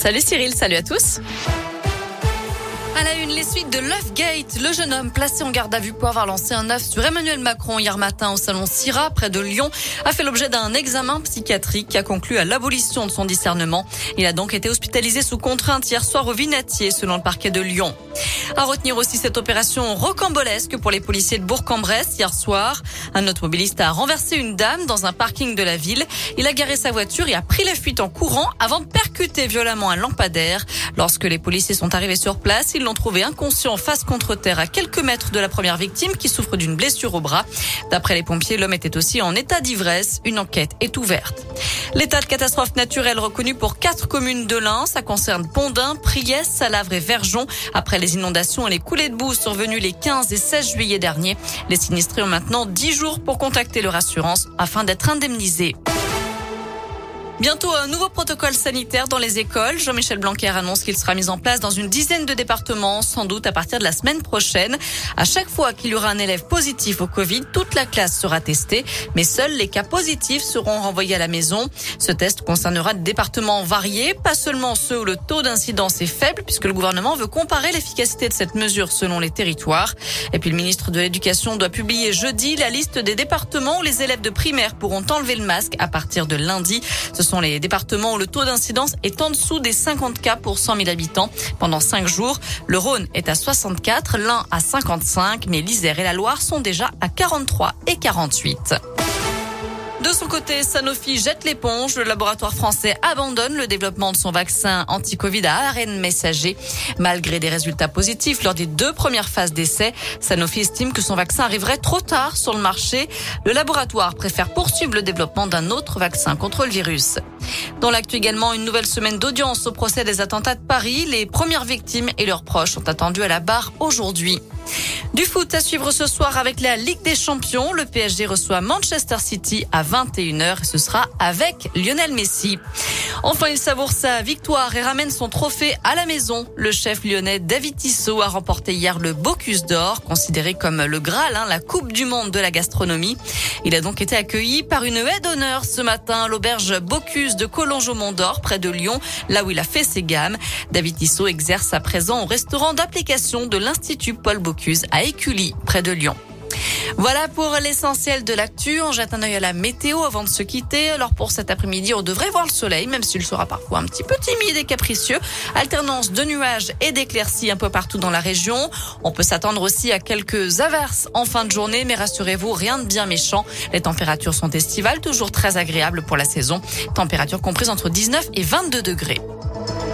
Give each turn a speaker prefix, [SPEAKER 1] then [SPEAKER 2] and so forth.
[SPEAKER 1] Salut Cyril, salut à tous. À la une, les suites de l'œuf-gate. Le jeune homme placé en garde à vue pour avoir lancé un œuf sur Emmanuel Macron hier matin au salon Syrah, près de Lyon, a fait l'objet d'un examen psychiatrique qui a conclu à l'abolition de son discernement. Il a donc été hospitalisé sous contrainte hier soir au Vinatier, selon le parquet de Lyon. À retenir aussi cette opération rocambolesque pour les policiers de Bourg-en-Bresse hier soir. Un automobiliste a renversé une dame dans un parking de la ville. Il a garé sa voiture et a pris la fuite en courant avant de percuter violemment un lampadaire. Lorsque les policiers sont arrivés sur place, ils l'ont trouvé inconscient face contre terre à quelques mètres de la première victime qui souffre d'une blessure au bras. D'après les pompiers, l'homme était aussi en état d'ivresse. Une enquête est ouverte. L'état de catastrophe naturelle reconnu pour 4 communes de l'Ain. Ça concerne Pondin, Priès, Salavre et Verjon. Après les inondations et les coulées de boue survenues les 15 et 16 juillet dernier, les sinistrés ont maintenant 10 jours pour contacter leur assurance afin d'être indemnisés. Bientôt un nouveau protocole sanitaire dans les écoles. Jean-Michel Blanquer annonce qu'il sera mis en place dans une dizaine de départements, sans doute à partir de la semaine prochaine. À chaque fois qu'il y aura un élève positif au Covid, toute la classe sera testée, mais seuls les cas positifs seront renvoyés à la maison. Ce test concernera des départements variés, pas seulement ceux où le taux d'incidence est faible, puisque le gouvernement veut comparer l'efficacité de cette mesure selon les territoires. Et puis le ministre de l'Éducation doit publier jeudi la liste des départements où les élèves de primaire pourront enlever le masque à partir de lundi. Ce sont les départements où le taux d'incidence est en dessous des 50 cas pour 100 000 habitants pendant 5 jours. Le Rhône est à 64, l'Ain à 55, mais l'Isère et la Loire sont déjà à 43 et 48. De son côté, Sanofi jette l'éponge. Le laboratoire français abandonne le développement de son vaccin anti-Covid à ARN messager. Malgré des résultats positifs lors des 2 premières phases d'essai, Sanofi estime que son vaccin arriverait trop tard sur le marché. Le laboratoire préfère poursuivre le développement d'un autre vaccin contre le virus. Dans l'actu également, une nouvelle semaine d'audience au procès des attentats de Paris. Les premières victimes et leurs proches sont attendus à la barre aujourd'hui. Du foot à suivre ce soir avec la Ligue des Champions. Le PSG reçoit Manchester City à 21h et ce sera avec Lionel Messi. Enfin, il savoure sa victoire et ramène son trophée à la maison. Le chef lyonnais David Tissot a remporté hier le Bocuse d'Or, considéré comme le Graal, la Coupe du Monde de la gastronomie. Il a donc été accueilli par une haie d'honneur ce matin à l'auberge Bocuse de Collonges-au-Mont-d'Or, près de Lyon, là où il a fait ses gammes. David Tissot exerce à présent au restaurant d'application de l'Institut Paul Bocuse à Écully, près de Lyon. Voilà pour l'essentiel de l'actu. On jette un œil à la météo avant de se quitter. Alors pour cet après-midi, on devrait voir le soleil, même s'il sera parfois un petit peu timide et capricieux. Alternance de nuages et d'éclaircies un peu partout dans la région. On peut s'attendre aussi à quelques averses en fin de journée, mais rassurez-vous, rien de bien méchant. Les températures sont estivales, toujours très agréables pour la saison. Température comprise entre 19 et 22 degrés.